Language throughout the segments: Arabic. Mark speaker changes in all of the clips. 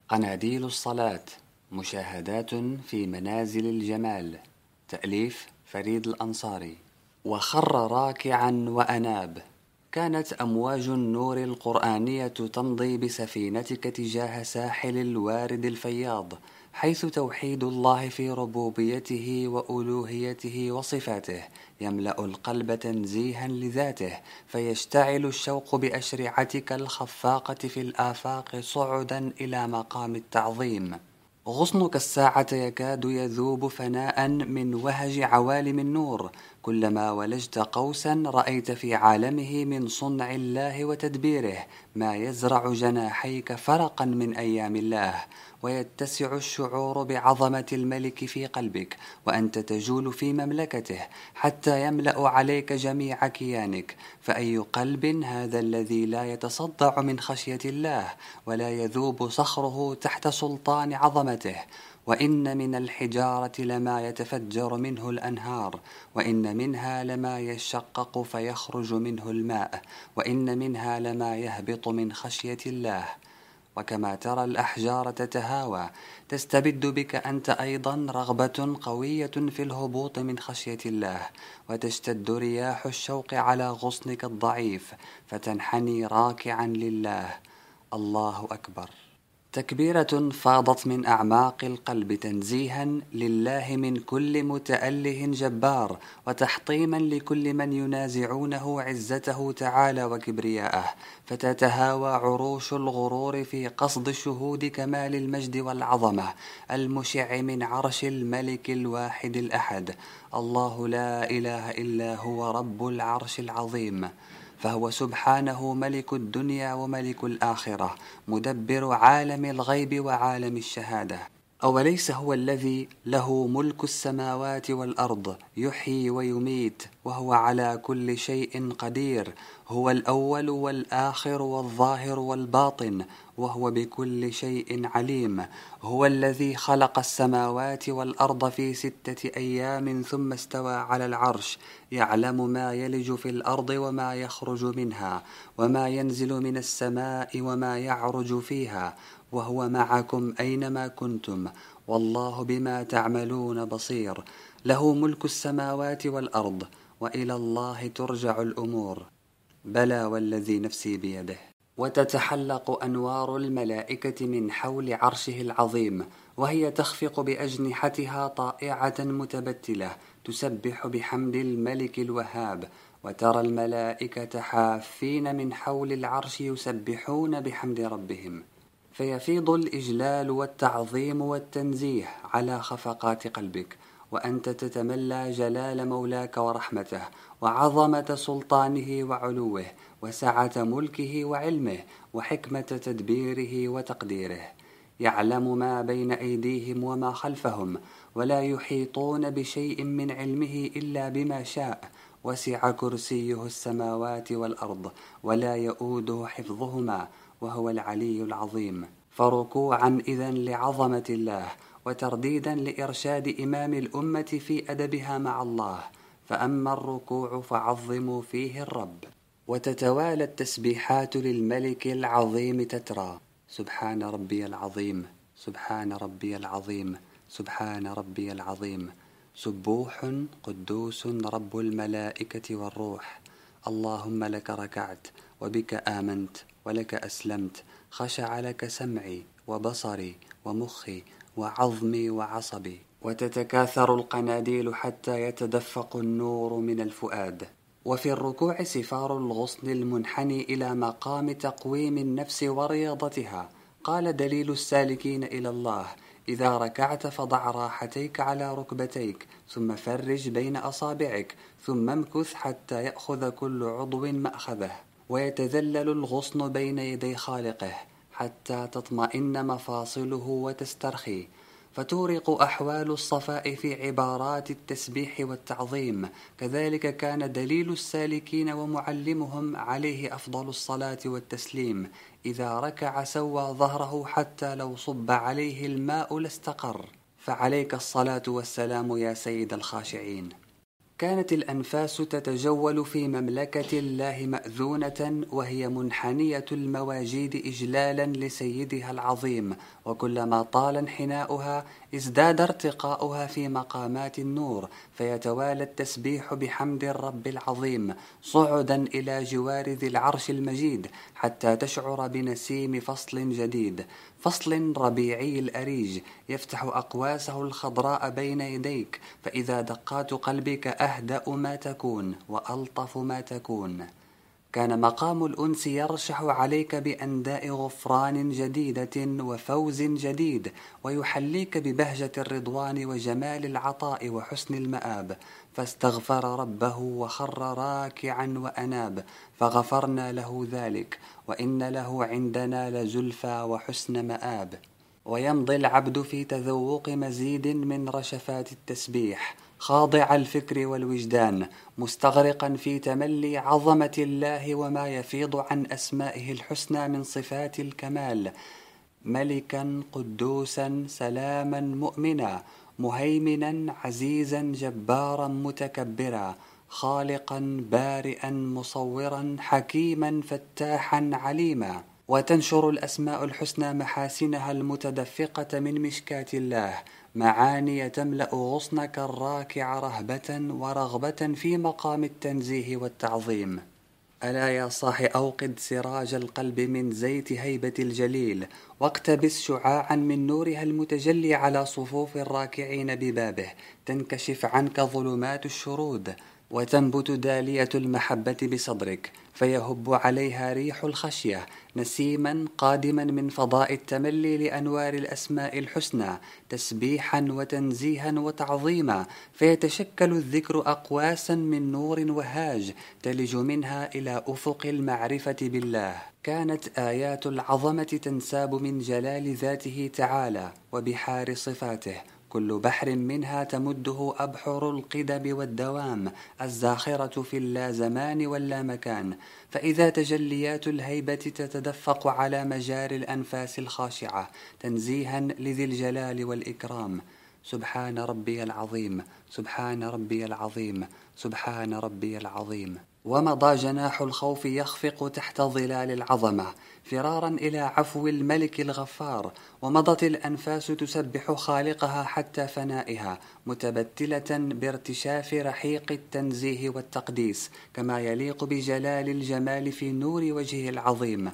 Speaker 1: قناديل الصلاة، مشاهدات في منازل الجمال. تأليف فريد الأنصاري. وخر راكعا وأناب. كانت أمواج النور القرآنية تمضي بسفينتك تجاه ساحل الوارد الفياض، حيث توحيد الله في ربوبيته وألوهيته وصفاته يملأ القلب تنزيها لذاته، فيشتعل الشوق بأشرعتك الخفاقة في الآفاق صعدا إلى مقام التعظيم. غصنك الساعة يكاد يذوب فناء من وهج عوالم النور، كلما ولجت قوسا رأيت في عالمه من صنع الله وتدبيره ما يزرع جناحيك فرقا من أيام الله، ويتسع الشعور بعظمة الملك في قلبك وأنت تجول في مملكته حتى يملأ عليك جميع كيانك. فأي قلب هذا الذي لا يتصدع من خشية الله ولا يذوب صخره تحت سلطان عظمته؟ وإن من الحجارة لما يتفجر منه الأنهار، وإن منها لما يشقق فيخرج منه الماء، وإن منها لما يهبط من خشية الله. وكما ترى الأحجار تتهاوى، تستبد بك أنت أيضا رغبة قوية في الهبوط من خشية الله، وتشتد رياح الشوق على غصنك الضعيف، فتنحني راكعا لله. الله أكبر. تكبيرة فاضت من أعماق القلب تنزيها لله من كل متأله جبار، وتحطيما لكل من ينازعونه عزته تعالى وكبرياءه، فتتهاوى عروش الغرور في قصد شهود كمال المجد والعظمة المشع من عرش الملك الواحد الأحد. الله لا إله إلا هو رب العرش العظيم، فهو سبحانه ملك الدنيا وملك الآخرة، مدبر عالم الغيب وعالم الشهادة. أوليس هو الذي له ملك السماوات والأرض، يحيي ويميت وهو على كل شيء قدير؟ هو الأول والآخر والظاهر والباطن، وهو بكل شيء عليم. هو الذي خلق السماوات والأرض في 6 أيام ثم استوى على العرش، يعلم ما يلج في الأرض وما يخرج منها، وما ينزل من السماء وما يعرج فيها، وهو معكم أينما كنتم، والله بما تعملون بصير. له ملك السماوات والأرض، وإلى الله ترجع الأمور. بلى والذي نفسي بيده. وتتحلق أنوار الملائكة من حول عرشه العظيم، وهي تخفق بأجنحتها طائعة متبتلة تسبح بحمد الملك الوهاب. وترى الملائكة حافين من حول العرش يسبحون بحمد ربهم، فيفيض الإجلال والتعظيم والتنزيه على خفقات قلبك، وأنت تتملى جلال مولاك ورحمته وعظمة سلطانه وعلوه وسعة ملكه وعلمه وحكمة تدبيره وتقديره. يعلم ما بين أيديهم وما خلفهم، ولا يحيطون بشيء من علمه إلا بما شاء. وسع كرسيه السماوات والأرض، ولا يؤوده حفظهما، وهو العلي العظيم. فركوعا إذن لعظمة الله، وترديدا لإرشاد إمام الأمة في أدبها مع الله. فأما الركوع فعظموا فيه الرب. وتتوالى التسبيحات للملك العظيم تترى: سبحان ربي العظيم، سبحان ربي العظيم، سبحان ربي العظيم، سبوح قدوس رب الملائكة والروح. اللهم لك ركعت، وبك آمنت، ولك أسلمت، خشع لك سمعي وبصري ومخي وعظمي وعصبي. وتتكاثر القناديل حتى يتدفق النور من الفؤاد. وفي الركوع سفار الغصن المنحني إلى مقام تقويم النفس ورياضتها. قال دليل السالكين إلى الله: إذا ركعت فضع راحتيك على ركبتيك، ثم فرج بين أصابعك، ثم امكث حتى يأخذ كل عضو مأخذه، ويتذلل الغصن بين يدي خالقه حتى تطمئن مفاصله وتسترخي، فتورق أحوال الصفاء في عبارات التسبيح والتعظيم. كذلك كان دليل السالكين ومعلمهم عليه أفضل الصلاة والتسليم: إذا ركع سوى ظهره حتى لو صب عليه الماء لاستقر. فعليك الصلاة والسلام يا سيد الخاشعين. كانت الأنفاس تتجول في مملكة الله مأذونة، وهي منحنية المواجيد إجلالا لسيدها العظيم، وكلما طال انحناؤها ازداد ارتقاؤها في مقامات النور، فيتوالى التسبيح بحمد الرب العظيم صعدا إلى جوار ذي العرش المجيد، حتى تشعر بنسيم فصل جديد، فصل ربيعي الأريج يفتح أقواسه الخضراء بين يديك، فإذا دقات قلبك أهدأ ما تكون وألطف ما تكون. كان مقام الأنس يرشح عليك بأنداء غفران جديدة وفوز جديد، ويحليك ببهجة الرضوان وجمال العطاء وحسن المآب، فاستغفر ربه وخر راكعا وأناب، فغفرنا له ذلك، وإن له عندنا لزلفى وحسن مآب. ويمضي العبد في تذوق مزيد من رشفات التسبيح، خاضع الفكر والوجدان، مستغرقا في تملي عظمة الله وما يفيض عن أسمائه الحسنى من صفات الكمال، ملكا قدوسا سلاما مؤمنا، مهيمنا عزيزا جبارا متكبرا، خالقا بارئا مصورا حكيما فتاحا عليما. وتنشر الأسماء الحسنى محاسنها المتدفقة من مشكاة الله، معاني تملأ غصنك الراكع رهبة ورغبة في مقام التنزيه والتعظيم. ألا يا صاح أوقد سراج القلب من زيت هيبة الجليل، واقتبس شعاعا من نورها المتجلي على صفوف الراكعين ببابه، تنكشف عنك ظلمات الشرود، وتنبت دالية المحبة بصدرك، فيهب عليها ريح الخشية نسيما قادما من فضاء التملي لأنوار الأسماء الحسنى، تسبيحا وتنزيها وتعظيما، فيتشكل الذكر أقواسا من نور وهاج تلج منها إلى أفق المعرفة بالله. كانت آيات العظمة تنساب من جلال ذاته تعالى وبحار صفاته، كل بحر منها تمده أبحر القدم والدوام الزاخرة في اللازمان واللامكان، فإذا تجليات الهيبة تتدفق على مجاري الأنفاس الخاشعة تنزيها لذي الجلال والإكرام. سبحان ربي العظيم، سبحان ربي العظيم، سبحان ربي العظيم. ومضى جناح الخوف يخفق تحت ظلال العظمة فرارا إلى عفو الملك الغفار، ومضت الأنفاس تسبح خالقها حتى فنائها، متبتلة بارتشاف رحيق التنزيه والتقديس كما يليق بجلال الجمال في نور وجهه العظيم.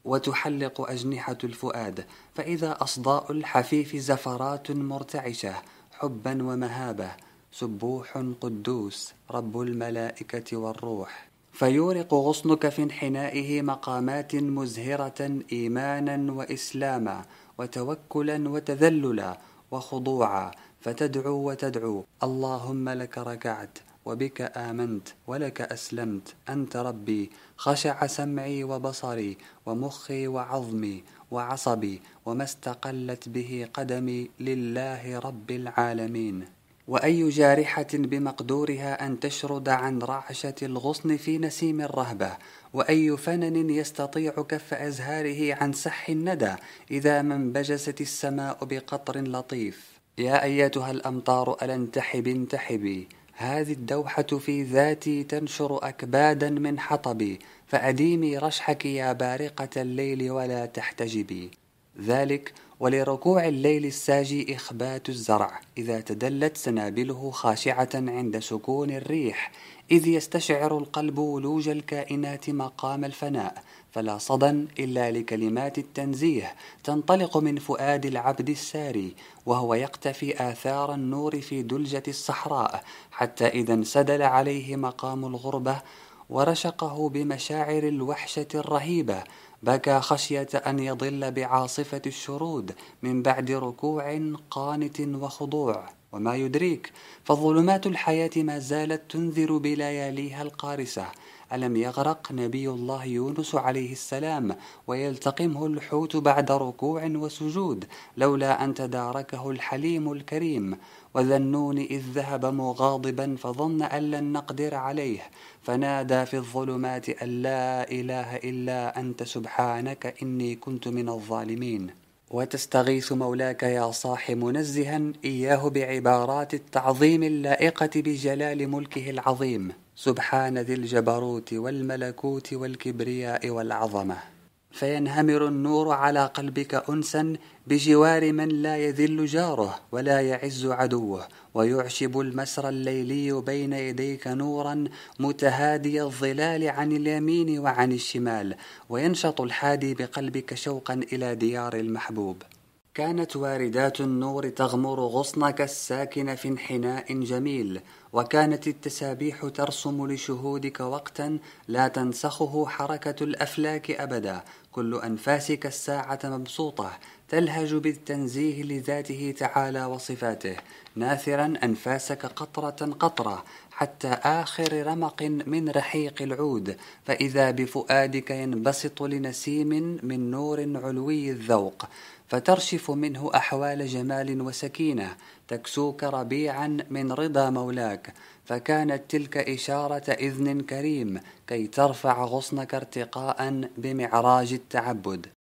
Speaker 1: وتحلق أجنحة الفؤاد، فإذا أصداء الحفيف زفرات مرتعشة حبا ومهابة، سبوح قدوس رب الملائكة والروح، فيورق غصنك في انحنائه مقامات مزهرة إيمانا وإسلاما وتوكلا وتذللا وخضوعا، فتدعو وتدعو: اللهم لك ركعت وبك آمنت ولك أسلمت، أنت ربي، خشع سمعي وبصري ومخي وعظمي وعصبي وما استقلت به قدمي لله رب العالمين. وأي جارحة بمقدورها أن تشرد عن رعشة الغصن في نسيم الرهبة، وأي فنن يستطيع كف أزهاره عن سح الندى إذا ما انبجست السماء بقطر لطيف. يا أيتها الأمطار ألا انتحبي انتحبي، هذه الدوحة في ذاتي تنشر أكبادا من حطبي، فأديمي رشحك يا بارقة الليل ولا تحتجبي. ذلك ولركوع الليل الساجي إخبات الزرع إذا تدلت سنابله خاشعة عند سكون الريح، إذ يستشعر القلب ولوج الكائنات مقام الفناء، فلا صدى إلا لكلمات التنزيه تنطلق من فؤاد العبد الساري، وهو يقتفي آثار النور في دلجة الصحراء، حتى إذا انسدل عليه مقام الغربة ورشقه بمشاعر الوحشة الرهيبة، بكى خشية أن يضل بعاصفة الشرود من بعد ركوع قانت وخضوع. وما يدريك، فظلمات الحياة ما زالت تنذر بلياليها القارسة. ألم يغرق نبي الله يونس عليه السلام ويلتقمه الحوت بعد ركوع وسجود لولا أن تداركه الحليم الكريم؟ وذا النون إذ ذهب مغاضبا فظن أن لن نقدر عليه، فنادى في الظلمات أن لا إله إلا أنت سبحانك إني كنت من الظالمين. وتستغيث مولاك يا صاح منزها إياه بعبارات التعظيم اللائقة بجلال ملكه العظيم، سبحان ذي الجبروت والملكوت والكبرياء والعظمة. فينهمر النور على قلبك أنسا بجوار من لا يذل جاره ولا يعز عدوه، ويعشب المسر الليلي بين يديك نورا متهادي الظلال عن اليمين وعن الشمال، وينشط الحادي بقلبك شوقا إلى ديار المحبوب. كانت واردات النور تغمر غصنك الساكن في انحناء جميل، وكانت التسابيح ترسم لشهودك وقتا لا تنسخه حركة الأفلاك أبدا، كل أنفاسك الساعة مبسوطة تلهج بالتنزيه لذاته تعالى وصفاته، ناثرا أنفاسك قطرة قطرة حتى آخر رمق من رحيق العود، فإذا بفؤادك ينبسط لنسيم من نور علوي الذوق، فترشف منه أحوال جمال وسكينة تكسوك ربيعا من رضا مولاك، فكانت تلك إشارة إذن كريم كي ترفع غصنك ارتقاء بمعراج التعبد.